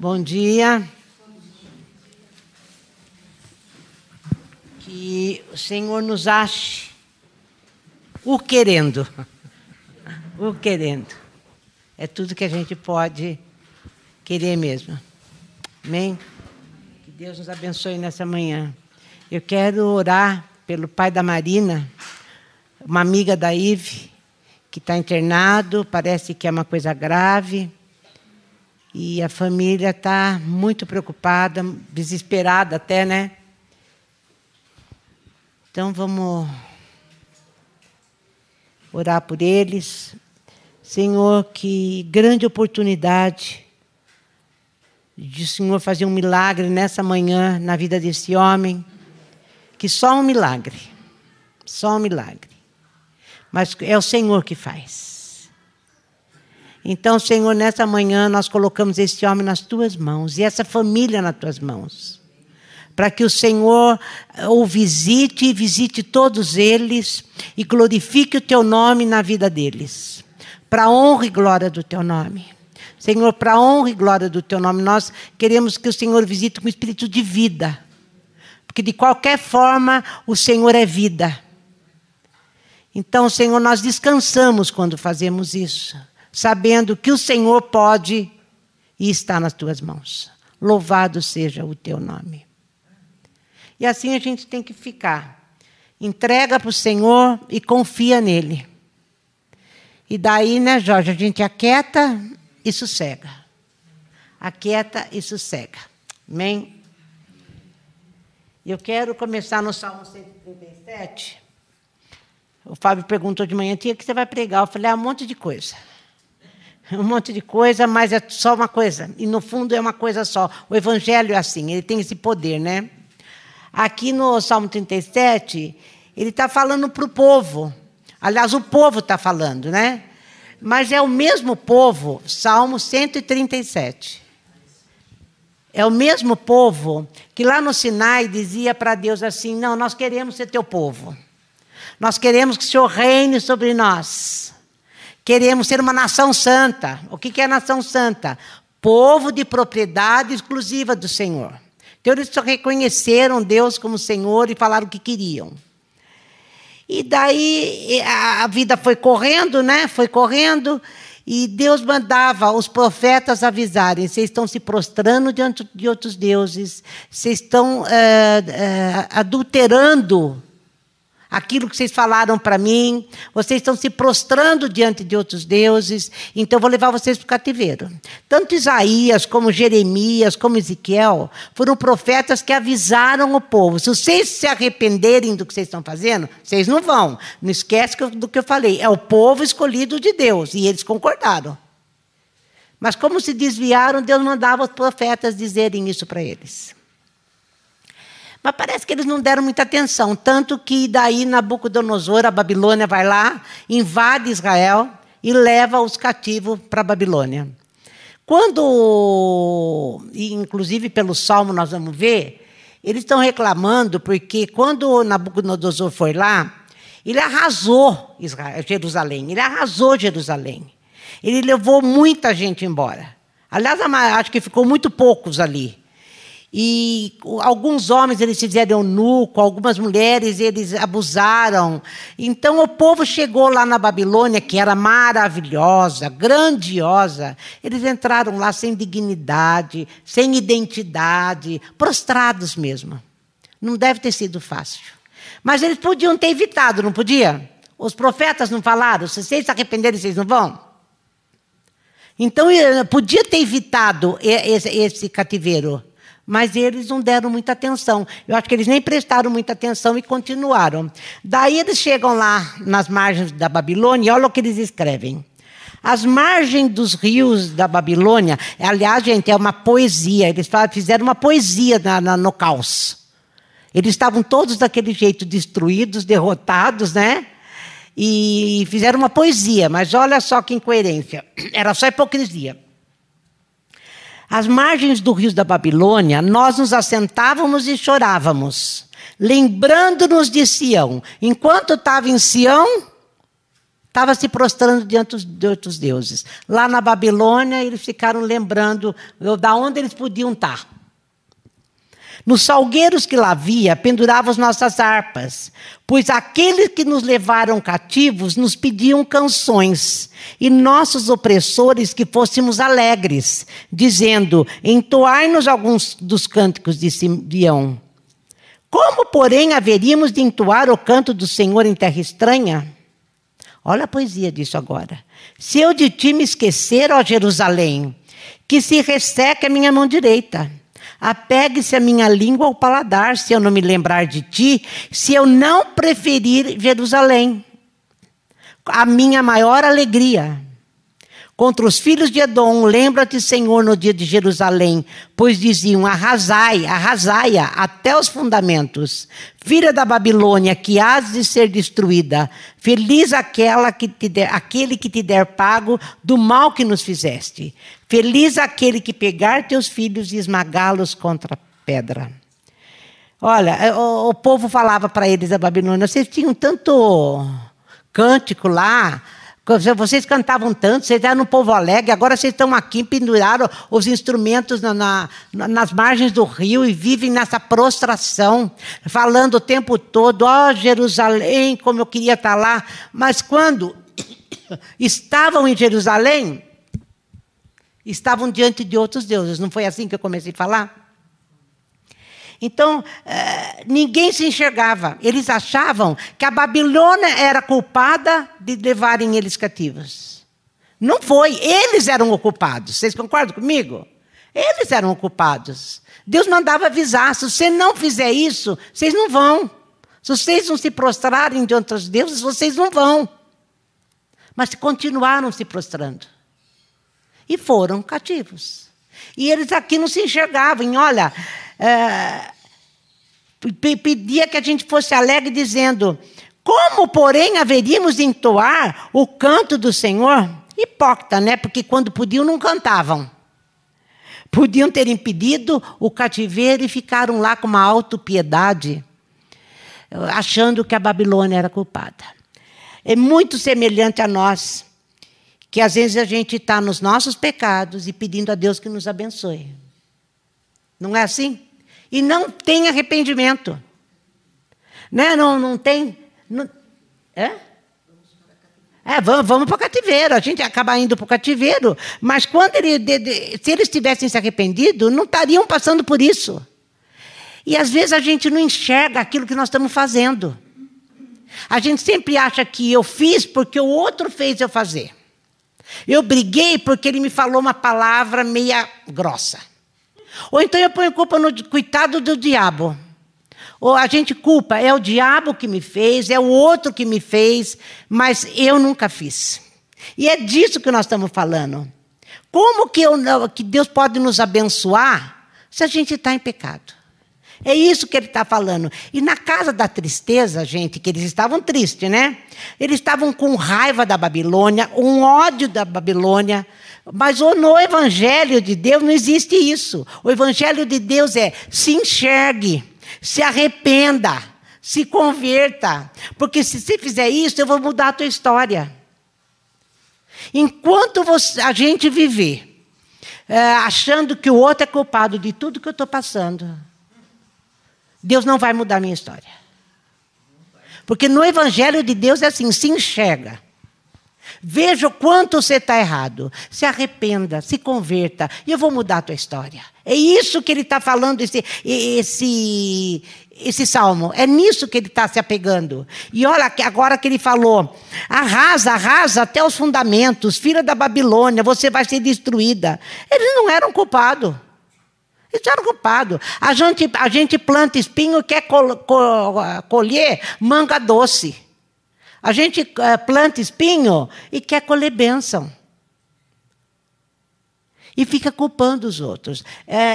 Bom dia. Que o Senhor nos ache o querendo. O querendo. É tudo que a gente pode querer mesmo. Amém? Que Deus nos abençoe nessa manhã. Eu quero orar pelo pai da Marina, uma amiga da Ive, que está internado, parece que é uma coisa grave. E a família está muito preocupada, desesperada até, né? Então vamos orar por eles. Senhor, que grande oportunidade de o Senhor fazer um milagre nessa manhã na vida desse homem. Que só um milagre. Só um milagre. Mas é o Senhor que faz. Então, Senhor, nessa manhã nós colocamos esse homem nas tuas mãos e essa família nas tuas mãos. Para que o Senhor o visite e visite todos eles e glorifique o teu nome na vida deles. Para a honra e glória do teu nome. Senhor, para a honra e glória do teu nome, nós queremos que o Senhor visite com espírito de vida. Porque de qualquer forma o Senhor é vida. Então, Senhor, nós descansamos quando fazemos isso. Sabendo que o Senhor pode e está nas tuas mãos. Louvado seja o teu nome. E assim a gente tem que ficar. Entrega para o Senhor e confia nele. E daí, né, Jorge, a gente aquieta e sossega. Aquieta e sossega. Amém? Eu quero começar no Salmo 137. O Fábio perguntou de manhã, tia, o que você vai pregar? Eu falei, um monte de coisa. Um monte de coisa, mas é só uma coisa. E no fundo é uma coisa só. O Evangelho é assim, ele tem esse poder, né? Aqui no Salmo 37, ele está falando para o povo. Aliás, o povo está falando, né? Mas é o mesmo povo, Salmo 137. É o mesmo povo que lá no Sinai dizia para Deus assim, não, nós queremos ser teu povo. Nós queremos que o Senhor reine sobre nós. Queremos ser uma nação santa. O que é nação santa? Povo de propriedade exclusiva do Senhor. Então, eles só reconheceram Deus como Senhor e falaram o que queriam. E daí a vida foi correndo, né? Foi correndo. E Deus mandava os profetas avisarem. Vocês estão se prostrando diante de outros deuses. Vocês estão adulterando aquilo que vocês falaram para mim, vocês estão se prostrando diante de outros deuses, então eu vou levar vocês para o cativeiro. Tanto Isaías, como Jeremias, como Ezequiel, foram profetas que avisaram o povo. Se vocês se arrependerem do que vocês estão fazendo, vocês não vão. Não esquece do que eu falei. É o povo escolhido de Deus, e eles concordaram. Mas como se desviaram, Deus mandava os profetas dizerem isso para eles. Mas parece que eles não deram muita atenção, tanto que daí Nabucodonosor, a Babilônia, vai lá, invade Israel e leva os cativos para a Babilônia. Quando, inclusive pelo Salmo nós vamos ver, eles estão reclamando porque quando Nabucodonosor foi lá, ele arrasou Jerusalém, ele arrasou Jerusalém. Ele levou muita gente embora. Aliás, acho que ficou muito poucos ali. E alguns homens eles se fizeram eunuco, algumas mulheres eles abusaram. Então o povo chegou lá na Babilônia, que era maravilhosa, grandiosa. Eles entraram lá sem dignidade, sem identidade, prostrados mesmo. Não deve ter sido fácil. Mas eles podiam ter evitado, não podia? Os profetas não falaram? Se vocês se arrependerem, vocês não vão? Então podia ter evitado esse cativeiro. Mas eles não deram muita atenção. Eu acho que eles nem prestaram muita atenção e continuaram. Daí eles chegam lá nas margens da Babilônia e olha o que eles escrevem. As margens dos rios da Babilônia, aliás, gente, é uma poesia. Eles fizeram uma poesia no caos. Eles estavam todos daquele jeito, destruídos, derrotados, né? E fizeram uma poesia, mas olha só que incoerência. Era só hipocrisia. Às margens do rio da Babilônia, nós nos assentávamos e chorávamos, lembrando-nos de Sião. Enquanto estava em Sião, Estava se prostrando diante de outros deuses. Lá na Babilônia, eles ficaram lembrando de onde eles podiam estar. Nos salgueiros que lá havia, penduravam as nossas harpas, pois aqueles que nos levaram cativos nos pediam canções, e nossos opressores que fôssemos alegres, dizendo, entoai-nos alguns dos cânticos de Sião. Como, porém, haveríamos de entoar o canto do Senhor em terra estranha? Olha a poesia disso agora. Se eu de ti me esquecer, ó Jerusalém, que se resseque a minha mão direita. Apegue-se a minha língua ao paladar, se eu não me lembrar de ti, se eu não preferir Jerusalém, a minha maior alegria. Contra os filhos de Edom, lembra-te, Senhor, no dia de Jerusalém, pois diziam, arrasai-a até os fundamentos. Filha da Babilônia, que hás de ser destruída, feliz aquele que te der pago do mal que nos fizeste. Feliz aquele que pegar teus filhos e esmagá-los contra a pedra. Olha, o povo falava para eles da Babilônia, vocês tinham tanto cântico lá, vocês cantavam tanto, vocês eram um povo alegre, agora vocês estão aqui, penduraram os instrumentos nas margens do rio e vivem nessa prostração, falando o tempo todo, ó Jerusalém, como eu queria estar lá. Mas quando estavam em Jerusalém, estavam diante de outros deuses. Não foi assim que eu comecei a falar? Então, ninguém se enxergava. Eles achavam que a Babilônia era culpada de levarem eles cativos. Não foi. Eles eram o culpados. Vocês concordam comigo? Eles eram o culpados. Deus mandava avisar. Se você não fizer isso, vocês não vão. Se vocês não se prostrarem de outros deuses, vocês não vão. Mas continuaram se prostrando. E foram cativos. E eles aqui não se enxergavam. Olha... pedia que a gente fosse alegre, dizendo, como, porém, haveríamos de entoar o canto do Senhor? Hipócrita, né? Porque quando podiam, não cantavam. Podiam ter impedido o cativeiro e ficaram lá com uma autopiedade, achando que a Babilônia era culpada. É muito semelhante a nós, que às vezes a gente está nos nossos pecados e pedindo a Deus que nos abençoe. Não é assim? E não tem arrependimento. Né? Não tem... Não, vamos para o cativeiro. A gente acaba indo para o cativeiro. Mas quando se eles tivessem se arrependido, não estariam passando por isso. E às vezes a gente não enxerga aquilo que nós estamos fazendo. A gente sempre acha que eu fiz porque o outro fez eu fazer. Eu briguei porque ele me falou uma palavra meia grossa. Ou então eu ponho culpa no coitado do diabo. Ou a gente culpa, é o diabo que me fez, é o outro que me fez, mas eu nunca fiz. E é disso que nós estamos falando. Como que Deus pode nos abençoar se a gente está em pecado? É isso que ele está falando. E na casa da tristeza, gente, que eles estavam tristes, né? Eles estavam com raiva da Babilônia, um ódio da Babilônia. Mas no Evangelho de Deus não existe isso. O Evangelho de Deus é se enxergue, se arrependa, se converta. Porque se você fizer isso, eu vou mudar a tua história. Enquanto a gente viver achando que o outro é culpado de tudo que eu estou passando, Deus não vai mudar a minha história. Porque no Evangelho de Deus é assim, se enxerga. Veja o quanto você está errado. Se arrependa, se converta. E eu vou mudar a tua história. É isso que ele está falando, esse salmo. É nisso que ele está se apegando. E olha, agora que ele falou, arrasa até os fundamentos, filha da Babilônia, você vai ser destruída. Eles não eram culpados. Eles eram culpados. A gente planta espinho e quer colher manga doce. A gente planta espinho e quer colher bênção. E fica culpando os outros.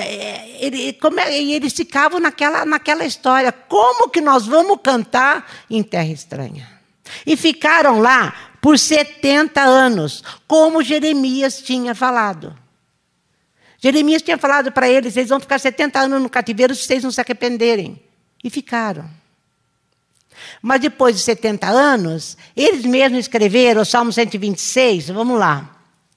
Eles ficavam naquela história. Como que nós vamos cantar em terra estranha? E ficaram lá por 70 anos, como Jeremias tinha falado. Jeremias tinha falado para eles, vocês vão ficar 70 anos no cativeiro se vocês não se arrependerem. E ficaram. Mas depois de 70 anos, eles mesmos escreveram o Salmo 126, vamos lá.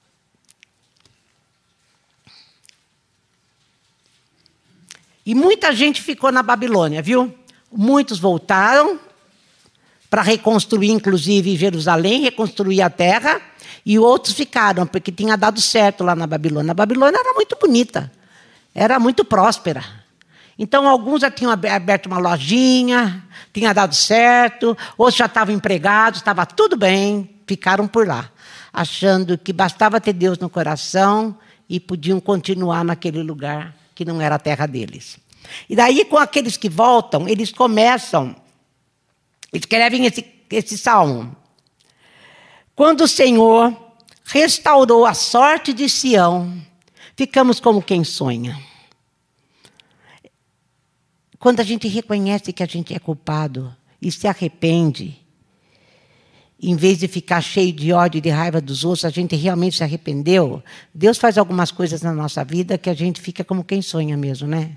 E muita gente ficou na Babilônia, viu? Muitos voltaram para reconstruir, inclusive, Jerusalém, reconstruir a terra, e outros ficaram, porque tinha dado certo lá na Babilônia. A Babilônia era muito bonita, era muito próspera. Então, alguns já tinham aberto uma lojinha, tinha dado certo, outros já estavam empregados, estava tudo bem, ficaram por lá, achando que bastava ter Deus no coração e podiam continuar naquele lugar que não era a terra deles. E daí, com aqueles que voltam, eles começam, escrevem esse salmo. Quando o Senhor restaurou a sorte de Sião, ficamos como quem sonha. Quando a gente reconhece que a gente é culpado e se arrepende, em vez de ficar cheio de ódio e de raiva dos outros, a gente realmente se arrependeu, Deus faz algumas coisas na nossa vida que a gente fica como quem sonha mesmo, né?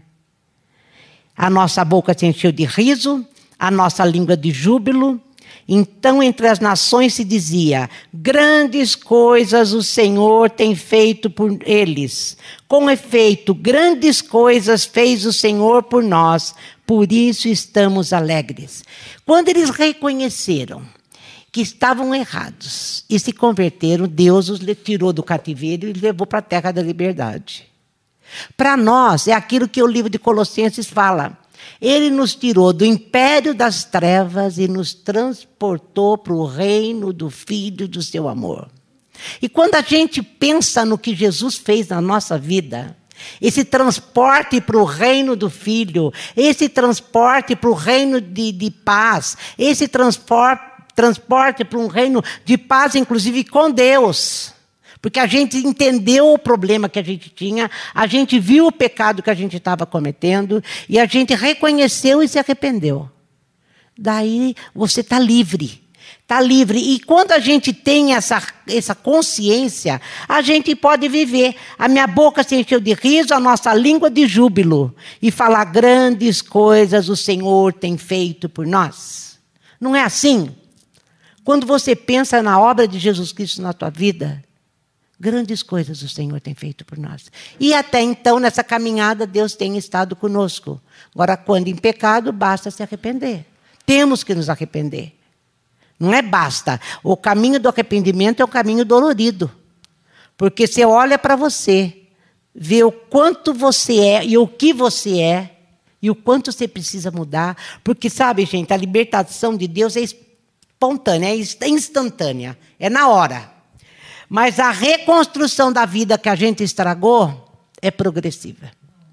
A nossa boca se encheu de riso, a nossa língua de júbilo. Então, entre as nações se dizia: grandes coisas o Senhor tem feito por eles. Com efeito, grandes coisas fez o Senhor por nós, por isso estamos alegres. Quando eles reconheceram que estavam errados e se converteram, Deus os tirou do cativeiro e levou para a terra da liberdade. Para nós, é aquilo que o livro de Colossenses fala. Ele nos tirou do império das trevas e nos transportou para o reino do Filho do seu amor. E quando a gente pensa no que Jesus fez na nossa vida, esse transporte para o reino do Filho, esse transporte para o reino de paz, esse transporte para um reino de paz, inclusive com Deus. Porque a gente entendeu o problema que a gente tinha, a gente viu o pecado que a gente estava cometendo e a gente reconheceu e se arrependeu. Daí você está livre. Está livre. E quando a gente tem essa consciência, a gente pode viver. A minha boca se encheu de riso, a nossa língua de júbilo. E falar: grandes coisas o Senhor tem feito por nós. Não é assim? Quando você pensa na obra de Jesus Cristo na tua vida, grandes coisas o Senhor tem feito por nós. E até então, nessa caminhada, Deus tem estado conosco. Agora, quando em pecado, basta se arrepender. Temos que nos arrepender. Não é basta. O caminho do arrependimento é um caminho dolorido. Porque você olha para você, vê o quanto você é e o que você é, e o quanto você precisa mudar. Porque, sabe, gente, a libertação de Deus é espontânea, é instantânea, é na hora. Mas a reconstrução da vida que a gente estragou é progressiva.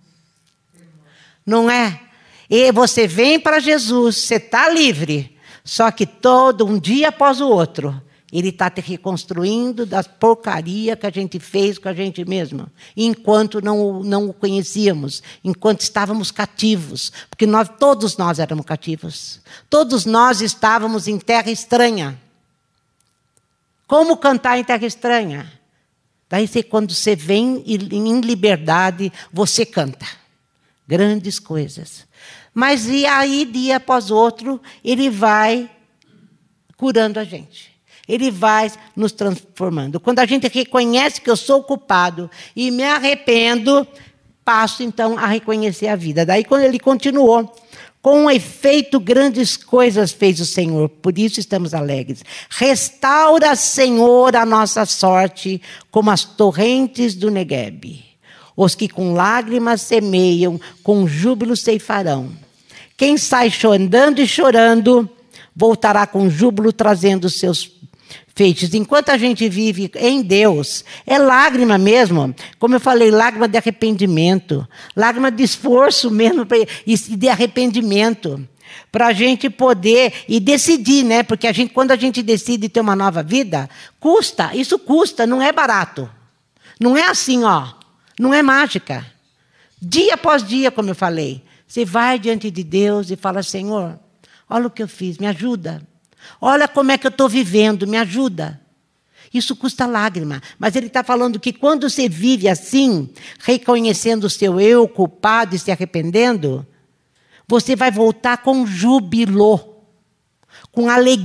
Não é? E você vem para Jesus, você está livre. Só que um dia após o outro, Ele está te reconstruindo das porcarias que a gente fez com a gente mesmo. Enquanto não o conhecíamos, enquanto estávamos cativos. Porque todos nós éramos cativos. Todos nós estávamos em terra estranha. Como cantar em terra estranha? Daí, quando você vem em liberdade, você canta. Grandes coisas. Mas e aí, dia após outro, Ele vai curando a gente. Ele vai nos transformando. Quando a gente reconhece que eu sou culpado e me arrependo, passo, então, a reconhecer a vida. Daí, quando ele continuou: com efeito, grandes coisas fez o Senhor, por isso estamos alegres. Restaura, Senhor, a nossa sorte, como as torrentes do Neguebe. Os que com lágrimas semeiam, com júbilo ceifarão. Quem sai andando e chorando, voltará com júbilo, trazendo os seus feitos. Enquanto a gente vive em Deus, é lágrima mesmo. Como eu falei, lágrima de arrependimento. Lágrima de esforço mesmo e de arrependimento. Para a gente poder e decidir, né? Porque quando a gente decide ter uma nova vida, custa. Isso custa, não é barato. Não é assim, ó. Não é mágica. Dia após dia, como eu falei. Você vai diante de Deus e fala: Senhor, olha o que eu fiz, me ajuda. Olha como é que eu estou vivendo, me ajuda. Isso custa lágrima. Mas ele está falando que quando você vive assim, reconhecendo o seu eu culpado e se arrependendo, você vai voltar com júbilo. com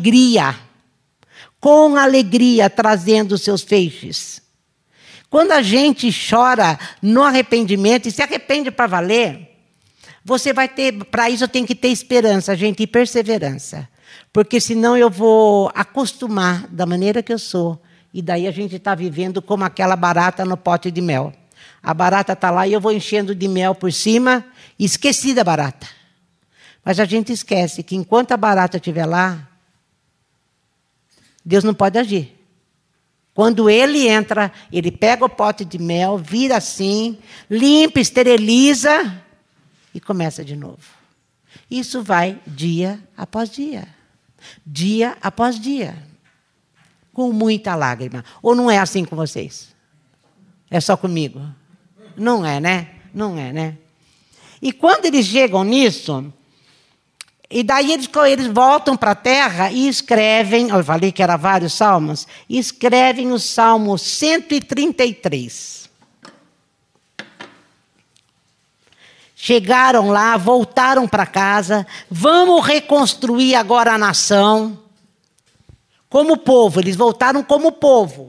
alegria trazendo os seus feixes. Quando a gente chora no arrependimento e se arrepende para valer, você vai ter, para isso eu tenho que ter esperança, gente, e perseverança. Porque senão eu vou acostumar da maneira que eu sou. E daí a gente está vivendo como aquela barata no pote de mel. A barata está lá e eu vou enchendo de mel por cima e esqueci da barata. Mas a gente esquece que enquanto a barata estiver lá, Deus não pode agir. Quando ele entra, ele pega o pote de mel, vira assim, limpa, esteriliza e começa de novo. Isso vai dia após dia. Dia após dia. Com muita lágrima. Ou não é assim com vocês? É só comigo? Não é, né? Não é, né? E quando eles chegam nisso, e daí eles voltam para a terra e escrevem, eu falei que era vários salmos, e escrevem o Salmo 133. Chegaram lá, voltaram para casa, vamos reconstruir agora a nação. Como povo, eles voltaram como povo.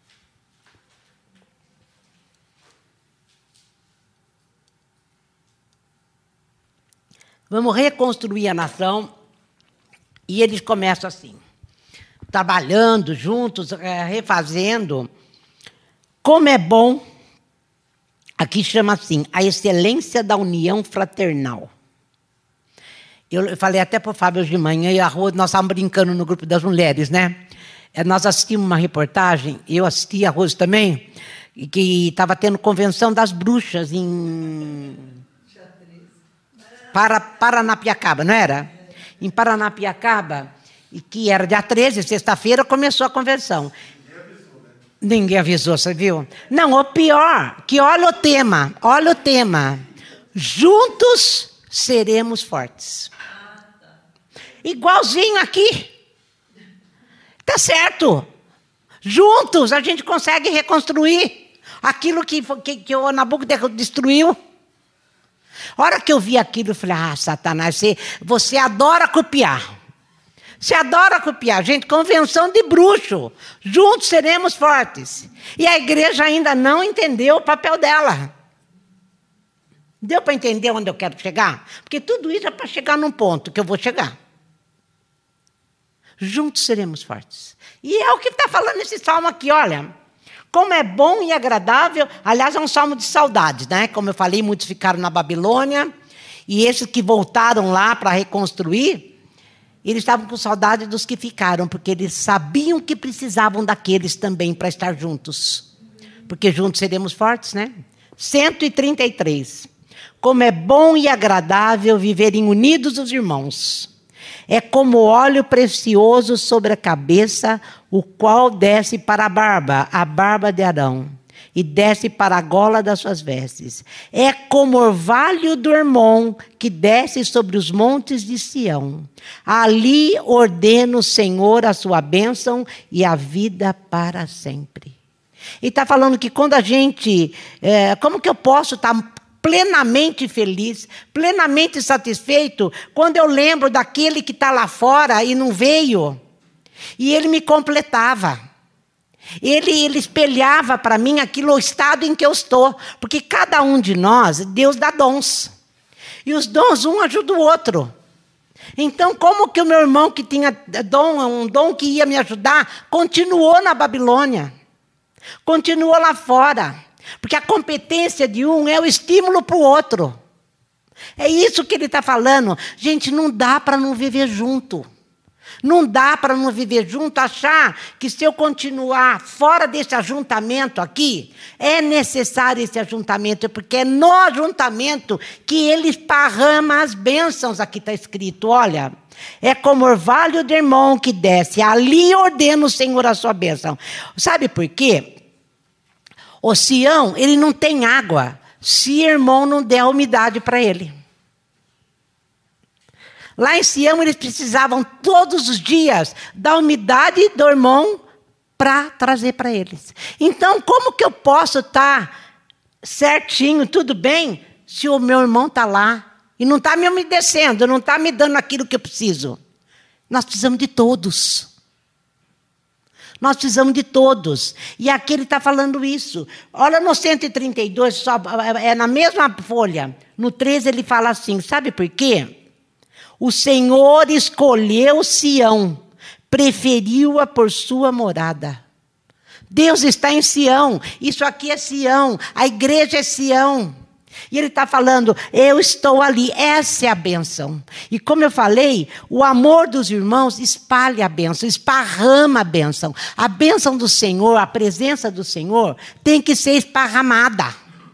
Vamos reconstruir a nação. E eles começam assim, trabalhando juntos, refazendo. Como é bom, aqui chama assim, a excelência da união fraternal. Eu falei até para o Fábio hoje de manhã, e a Rose, nós estávamos brincando no grupo das mulheres, né? Nós assistimos uma reportagem, eu assisti, a Rose também, que estava tendo convenção das bruxas em Paranapiacaba, não era? Em Paranapiacaba, e que era dia 13, sexta-feira, começou a convenção. Ninguém avisou, você viu? Não, o pior, que olha o tema. Juntos seremos fortes. Igualzinho aqui. Tá certo. Juntos a gente consegue reconstruir aquilo que o Nabucodonosor destruiu. A hora que eu vi aquilo, eu falei, Satanás, você adora copiar. Você adora copiar. Gente, convenção de bruxo. Juntos seremos fortes. E a igreja ainda não entendeu o papel dela. Deu para entender onde eu quero chegar? Porque tudo isso é para chegar num ponto que eu vou chegar. Juntos seremos fortes. E é o que está falando esse salmo aqui, olha. Como é bom e agradável. Aliás, é um salmo de saudades, né? Como eu falei, muitos ficaram na Babilônia. E esses que voltaram lá para reconstruir, eles estavam com saudade dos que ficaram, porque eles sabiam que precisavam daqueles também para estar juntos. Porque juntos seremos fortes, né? 133. Como é bom e agradável viverem unidos os irmãos. É como óleo precioso sobre a cabeça, o qual desce para a barba de Arão, e desce para a gola das suas vestes. É como orvalho do Hermon, que desce sobre os montes de Sião. Ali ordena o Senhor a sua bênção e a vida para sempre. E está falando que quando a gente... como que eu posso estar plenamente feliz, plenamente satisfeito, quando eu lembro daquele que está lá fora e não veio, e ele me completava. Ele espelhava para mim aquilo, o estado em que eu estou, porque cada um de nós, Deus dá dons, e os dons um ajuda o outro. Então, como que o meu irmão que tinha um dom que ia me ajudar, continuou na Babilônia, continuou lá fora? Porque a competência de um é o estímulo para o outro. É isso que ele está falando. Gente, não dá para não viver junto. Não dá para não viver junto, achar que se eu continuar fora desse ajuntamento aqui, é necessário esse ajuntamento, porque é no ajuntamento que ele esparrama as bênçãos. Aqui está escrito, olha, é como orvalho de Hermon que desce, ali ordena o Senhor a sua bênção. Sabe por quê? O Sião, ele não tem água, se Hermon não der umidade para ele. Lá em Sião, eles precisavam todos os dias da umidade do Hermon para trazer para eles. Então, como que eu posso estar certinho, tudo bem, se o meu irmão está lá e não está me umedecendo, não está me dando aquilo que eu preciso? Nós precisamos de todos. Nós precisamos de todos. E aqui ele está falando isso. Olha no 132, é na mesma folha. No 13 ele fala assim, sabe por quê? O Senhor escolheu Sião, preferiu-a por sua morada. Deus está em Sião. Isso aqui é Sião. A igreja é Sião. E ele está falando, eu estou ali, essa é a bênção. E como eu falei, o amor dos irmãos espalha a bênção, esparrama a bênção. A bênção do Senhor, a presença do Senhor, tem que ser esparramada.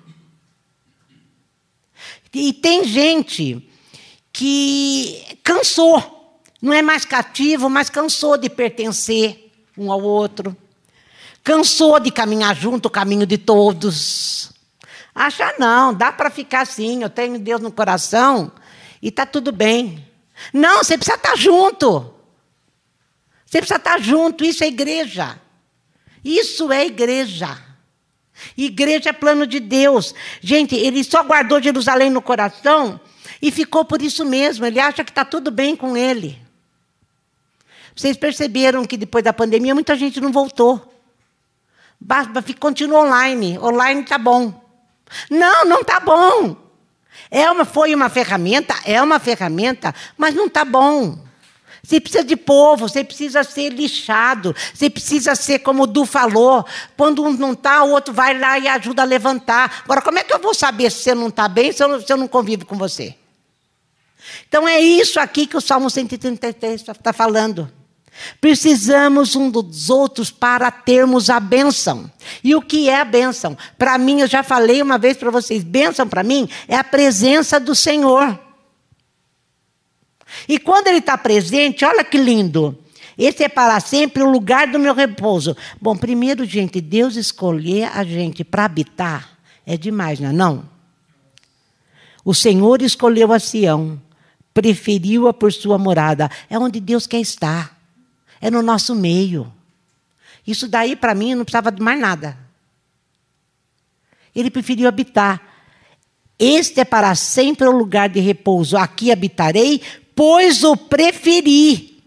E tem gente que cansou, não é mais cativo, mas cansou de pertencer um ao outro. Cansou de caminhar junto o caminho de todos. Acha não, dá para ficar assim, eu tenho Deus no coração e está tudo bem. Não, você precisa estar junto. Você precisa estar junto, isso é igreja. Isso é igreja. Igreja é plano de Deus. Gente, ele só guardou Jerusalém no coração e ficou por isso mesmo. Ele acha que está tudo bem com ele. Vocês perceberam que depois da pandemia muita gente não voltou. Continua online. Online está bom. Não está bom. Foi uma ferramenta, mas não está bom. Você precisa de povo, você precisa ser lixado, você precisa ser como o Du falou. Quando um não está, o outro vai lá e ajuda a levantar. Agora, como é que eu vou saber se você não está bem, se eu não convivo com você? Então, é isso aqui que o Salmo 133 está falando. Precisamos um dos outros para termos a bênção. E o que é a bênção? Para mim, eu já falei uma vez para vocês, bênção para mim é a presença do Senhor. E quando Ele está presente, olha que lindo. Esse é para sempre o lugar do meu repouso. Bom, primeiro, gente, Deus escolher a gente para habitar é demais, não é não? O Senhor escolheu a Sião, preferiu-a por sua morada. É onde Deus quer estar. É no nosso meio. Isso daí, para mim, não precisava de mais nada. Ele preferiu habitar. Este é para sempre o lugar de repouso. Aqui habitarei, pois o preferi.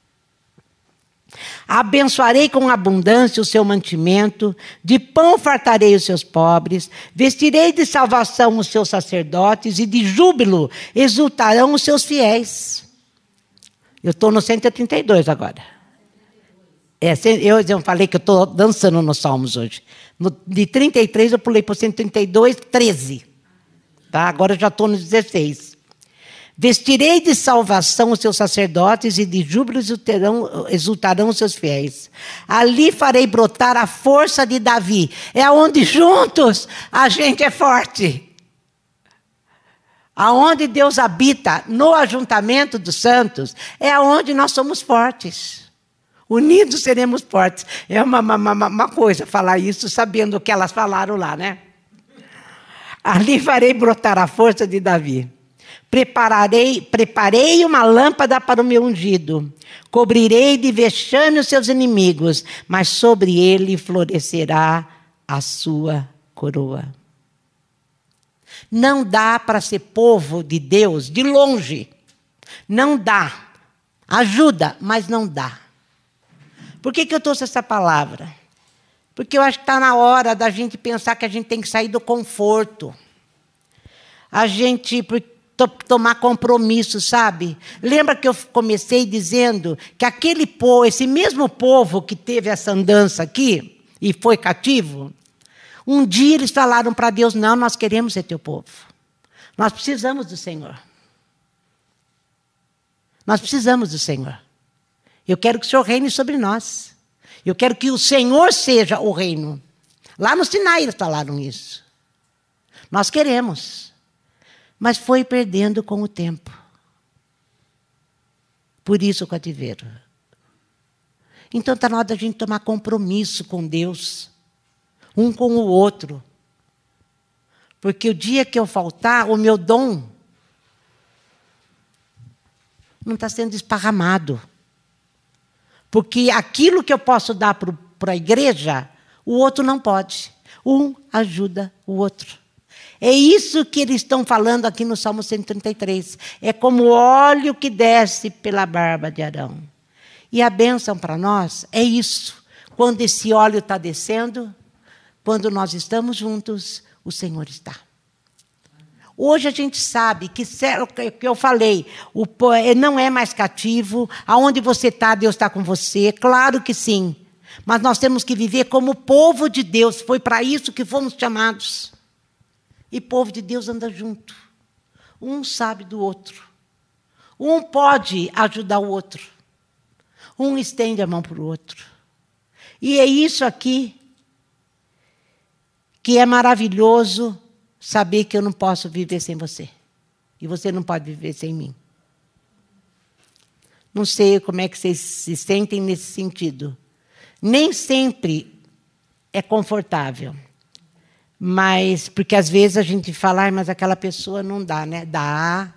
Abençoarei com abundância o seu mantimento, de pão fartarei os seus pobres, vestirei de salvação os seus sacerdotes, e de júbilo exultarão os seus fiéis. Eu estou no 132 agora. Eu falei que eu estou dançando nos Salmos hoje. De 33 eu pulei para o 132, 13. Tá? Agora eu já estou no 16. Vestirei de salvação os seus sacerdotes e de júbilo exultarão os seus fiéis. Ali farei brotar a força de Davi. É onde juntos a gente é forte. Aonde Deus habita, no ajuntamento dos santos, é aonde nós somos fortes. Unidos seremos fortes. É uma coisa falar isso sabendo o que elas falaram lá, né? Ali farei brotar a força de Davi. Preparei uma lâmpada para o meu ungido. Cobrirei de vexame os seus inimigos, mas sobre ele florescerá a sua coroa. Não dá para ser povo de Deus de longe. Não dá. Ajuda, mas não dá. Por que eu trouxe essa palavra? Porque eu acho que está na hora da gente pensar que a gente tem que sair do conforto. A gente tomar compromisso, sabe? Lembra que eu comecei dizendo que esse mesmo povo que teve essa andança aqui e foi cativo, um dia eles falaram para Deus, não, nós queremos ser teu povo. Nós precisamos do Senhor. Nós precisamos do Senhor. Eu quero que o Senhor reine sobre nós. Eu quero que o Senhor seja o reino. Lá no Sinai eles falaram isso. Nós queremos. Mas foi perdendo com o tempo. Por isso o cativeiro. Então está na hora da gente tomar compromisso com Deus. Um com o outro. Porque o dia que eu faltar, o meu dom não está sendo esparramado. Porque aquilo que eu posso dar para a igreja, o outro não pode. Um ajuda o outro. É isso que eles estão falando aqui no Salmo 133. É como o óleo que desce pela barba de Arão. E a bênção para nós é isso. Quando esse óleo está descendo, quando nós estamos juntos, o Senhor está. Hoje a gente sabe que eu falei, não é mais cativo. Aonde você está, Deus está com você. Claro que sim. Mas nós temos que viver como povo de Deus. Foi para isso que fomos chamados. E povo de Deus anda junto. Um sabe do outro. Um pode ajudar o outro. Um estende a mão para o outro. E é isso aqui que é maravilhoso, saber que eu não posso viver sem você. E você não pode viver sem mim. Não sei como é que vocês se sentem nesse sentido. Nem sempre é confortável. Mas, porque às vezes a gente fala, mas aquela pessoa não dá, né? Dá.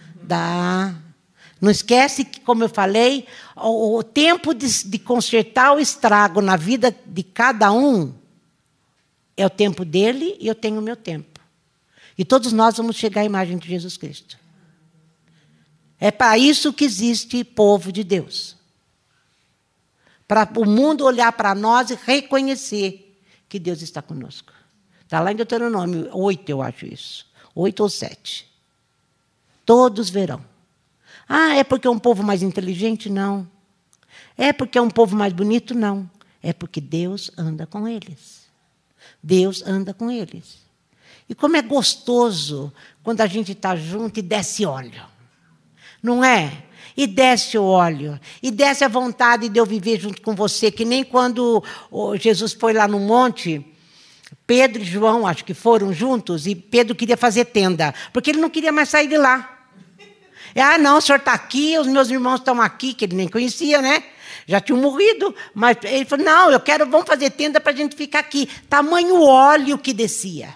Não esquece que, como eu falei, o tempo de consertar o estrago na vida de cada um é o tempo dele e eu tenho o meu tempo. E todos nós vamos chegar à imagem de Jesus Cristo. É para isso que existe povo de Deus. Para o mundo olhar para nós e reconhecer que Deus está conosco. Está lá em Deuteronômio 8, eu acho isso. 8 ou 7. Todos verão. Ah, é porque é um povo mais inteligente? Não. É porque é um povo mais bonito? Não. É porque Deus anda com eles. Deus anda com eles. E como é gostoso quando a gente está junto e desce óleo. Não é? E desce o óleo. E desce a vontade de eu viver junto com você. Que nem quando Jesus foi lá no monte... Pedro e João, acho que foram juntos, e Pedro queria fazer tenda, porque ele não queria mais sair de lá. Não, o senhor está aqui, os meus irmãos estão aqui, que ele nem conhecia, né? Já tinham morrido, mas ele falou, não, vamos fazer tenda para a gente ficar aqui. Tamanho óleo que descia.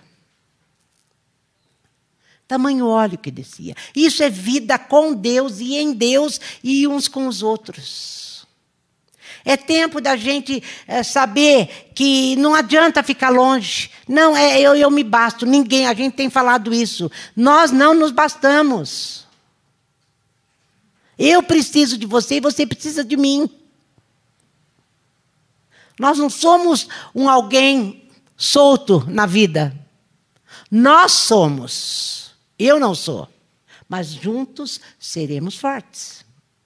Tamanho óleo que descia. Isso é vida com Deus e em Deus e uns com os outros. É tempo da gente saber que não adianta ficar longe. Não, eu me basto. Ninguém, a gente tem falado isso. Nós não nos bastamos. Eu preciso de você e você precisa de mim. Nós não somos alguém solto na vida. Nós somos. Eu não sou. Mas juntos seremos fortes.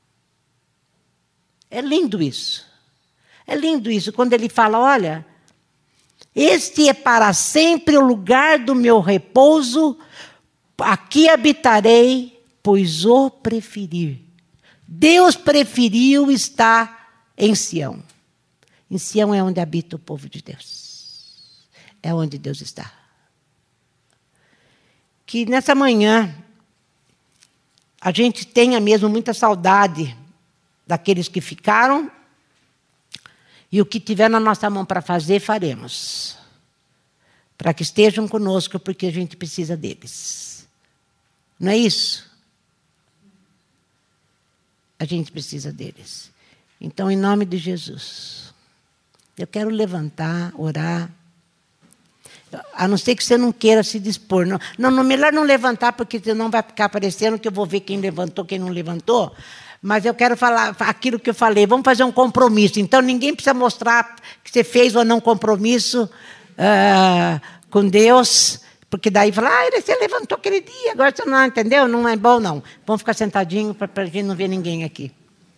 É lindo isso. É lindo isso, quando ele fala, olha, este é para sempre o lugar do meu repouso, aqui habitarei, pois o preferi. Deus preferiu estar em Sião. Em Sião é onde habita o povo de Deus. É onde Deus está. Que nessa manhã, a gente tenha mesmo muita saudade daqueles que ficaram, e o que tiver na nossa mão para fazer, faremos. Para que estejam conosco, porque a gente precisa deles. Não é isso? A gente precisa deles. Então, em nome de Jesus, eu quero levantar, orar. A não ser que você não queira se dispor. Não, melhor não levantar, porque senão vai ficar aparecendo que eu vou ver quem levantou, quem não levantou. Mas eu quero falar aquilo que eu falei. Vamos fazer um compromisso. Então, ninguém precisa mostrar que você fez ou não compromisso com Deus. Porque daí fala, você levantou aquele dia, agora você não entendeu? Não é bom, não. Vamos ficar sentadinho para a gente não ver ninguém aqui.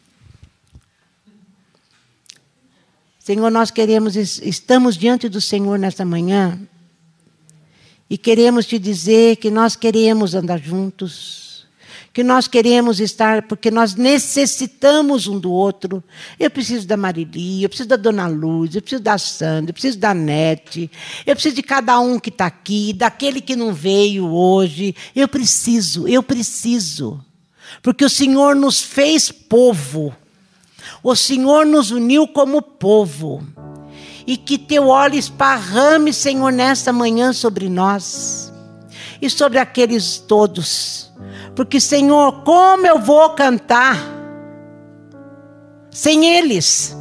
Senhor, nós estamos diante do Senhor nesta manhã e queremos te dizer que nós queremos andar juntos. Que nós queremos estar, porque nós necessitamos um do outro. Eu preciso da Marili, eu preciso da Dona Luz, eu preciso da Sandra, eu preciso da Nete, eu preciso de cada um que está aqui, daquele que não veio hoje. Eu preciso. Porque o Senhor nos fez povo. O Senhor nos uniu como povo. E que teu óleo esparrame, Senhor, nesta manhã sobre nós. E sobre aqueles todos. Porque, Senhor, como eu vou cantar sem eles?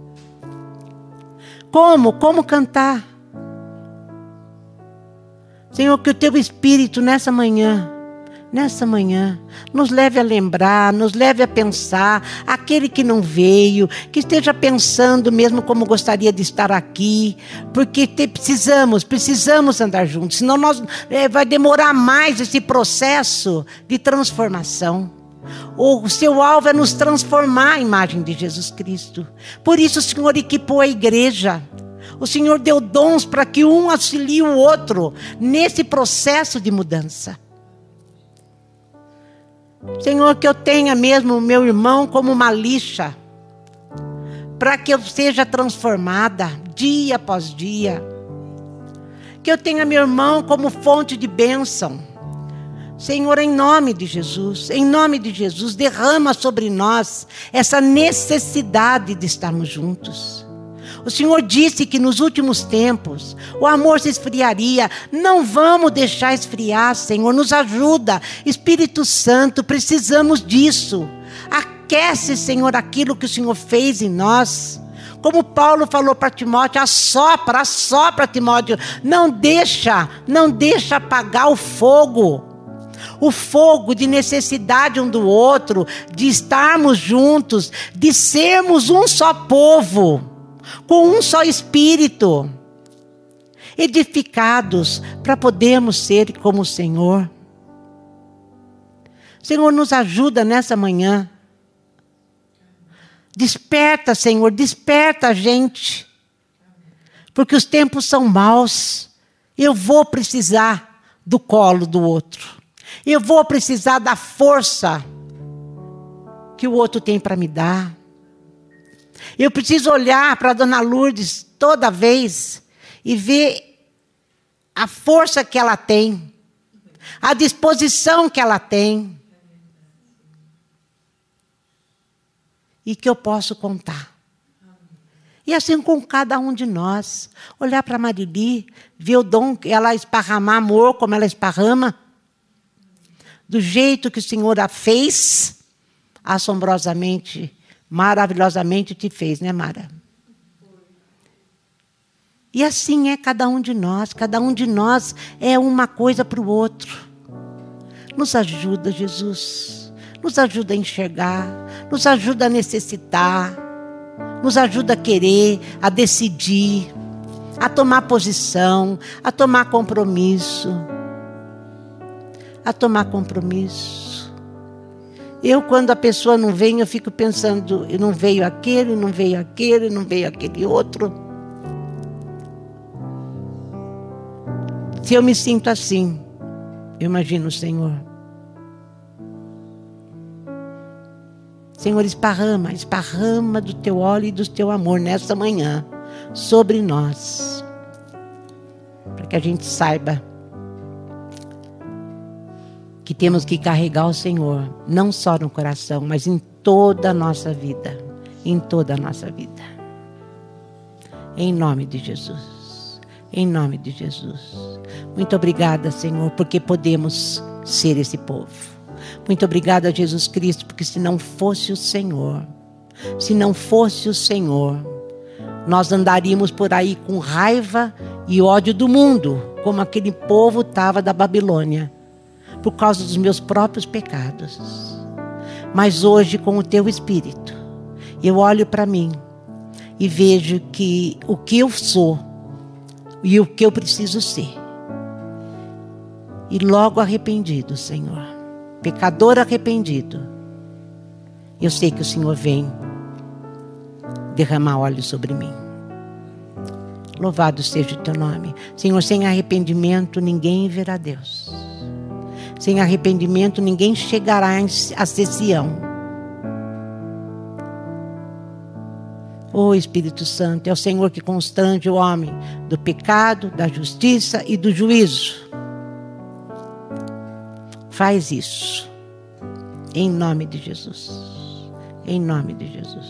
Como cantar? Senhor, que o teu Espírito nessa manhã, nos leve a lembrar, nos leve a pensar, aquele que não veio, que esteja pensando mesmo como gostaria de estar aqui, porque precisamos andar juntos, senão vai demorar mais esse processo de transformação. O seu alvo é nos transformar à imagem de Jesus Cristo. Por isso o Senhor equipou a igreja. O Senhor deu dons para que um auxilie o outro nesse processo de mudança. Senhor, que eu tenha mesmo o meu irmão como uma lixa, para que eu seja transformada dia após dia. Que eu tenha meu irmão como fonte de bênção. Senhor, em nome de Jesus, derrama sobre nós essa necessidade de estarmos juntos. O Senhor disse que nos últimos tempos o amor se esfriaria. Não vamos deixar esfriar, Senhor. Nos ajuda. Espírito Santo, precisamos disso. Aquece, Senhor, aquilo que o Senhor fez em nós. Como Paulo falou para Timóteo, assopra Timóteo. Não deixa apagar o fogo. O fogo de necessidade um do outro, de estarmos juntos, de sermos um só povo, com um só espírito, edificados para podermos ser como o Senhor. Senhor, nos ajuda nessa manhã. Desperta, Senhor, desperta a gente, porque os tempos são maus. Eu vou precisar do colo do outro. Eu vou precisar da força que o outro tem para me dar. Eu preciso olhar para a Dona Lourdes toda vez e ver a força que ela tem, a disposição que ela tem. E que eu posso contar. E assim com cada um de nós. Olhar para a Marili, ver o dom, ela esparramar amor como ela esparrama. Do jeito que o Senhor a fez, assombrosamente, maravilhosamente te fez, né, Mara? E assim é cada um de nós é uma coisa para o outro. Nos ajuda, Jesus, nos ajuda a enxergar, nos ajuda a necessitar, nos ajuda a querer, a decidir, a tomar posição, a tomar compromisso. Quando a pessoa não vem, eu fico pensando, não veio aquele, não veio aquele outro. Se eu me sinto assim, eu imagino o Senhor. Senhor, esparrama do teu óleo e do teu amor nessa manhã sobre nós, para que a gente saiba que temos que carregar o Senhor, não só no coração, mas em toda a nossa vida. Em toda a nossa vida. Em nome de Jesus. Em nome de Jesus. Muito obrigada, Senhor, porque podemos ser esse povo. Muito obrigada, Jesus Cristo, porque se não fosse o Senhor, nós andaríamos por aí com raiva e ódio do mundo, como aquele povo estava da Babilônia, por causa dos meus próprios pecados. Mas hoje, com o teu Espírito, eu olho para mim e vejo que o que eu sou e o que eu preciso ser. E logo arrependido, Senhor, pecador arrependido, eu sei que o Senhor vem derramar óleo sobre mim. Louvado seja o teu nome. Senhor, sem arrependimento ninguém verá Deus. Sem arrependimento ninguém chegará a ser Sião. Ô Espírito Santo, é o Senhor que constrange o homem do pecado, da justiça e do juízo. Faz isso. Em nome de Jesus. Em nome de Jesus.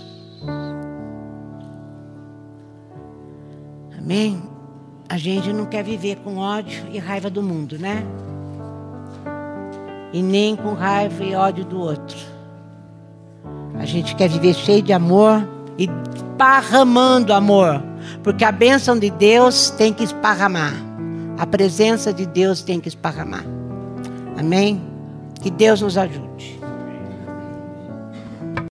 Amém? A gente não quer viver com ódio e raiva do mundo, né? E nem com raiva e ódio do outro. A gente quer viver cheio de amor e esparramando amor. Porque a bênção de Deus tem que esparramar. A presença de Deus tem que esparramar. Amém? Que Deus nos ajude.